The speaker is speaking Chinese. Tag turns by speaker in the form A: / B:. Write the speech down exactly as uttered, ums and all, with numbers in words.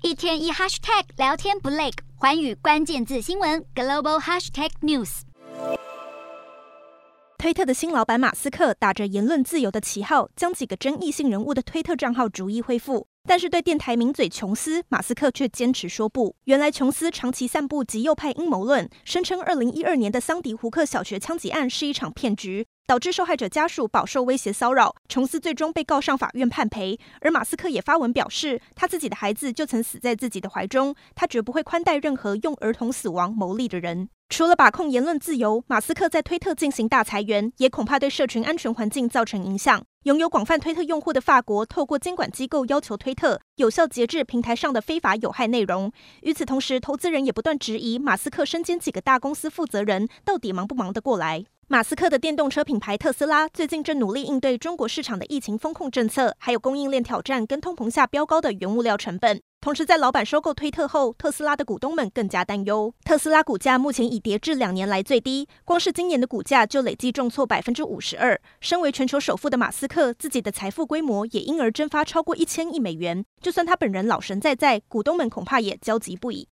A: 一天一 hashtag 聊天不累，寰宇关键字新闻 global hashtag news。
B: 推特的新老板马斯克打着言论自由的旗号，将几个争议性人物的推特账号逐一恢复。但是对电台名嘴琼斯，马斯克却坚持说不。原来琼斯长期散布极右派阴谋论，声称二零一二年的桑迪胡克小学枪击案是一场骗局，导致受害者家属饱受威胁骚扰。琼斯最终被告上法院判赔，而马斯克也发文表示，他自己的孩子就曾死在自己的怀中，他绝不会宽待任何用儿童死亡牟利的人。除了把控言论自由，马斯克在推特进行大裁员，也恐怕对社群安全环境造成影响。拥有广泛推特用户的法国，透过监管机构要求推特有效节制平台上的非法有害内容。与此同时，投资人也不断质疑马斯克身兼几个大公司负责人，到底忙不忙得过来？马斯克的电动车品牌特斯拉最近正努力应对中国市场的疫情风控政策，还有供应链挑战跟通膨下飙高的原物料成本。同时，在老板收购推特后，特斯拉的股东们更加担忧。特斯拉股价目前已跌至两年来最低，光是今年的股价就累计重挫百分之五十二。身为全球首富的马斯克，自己的财富规模也因而蒸发超过一千亿美元。就算他本人老神在在，股东们恐怕也焦急不已。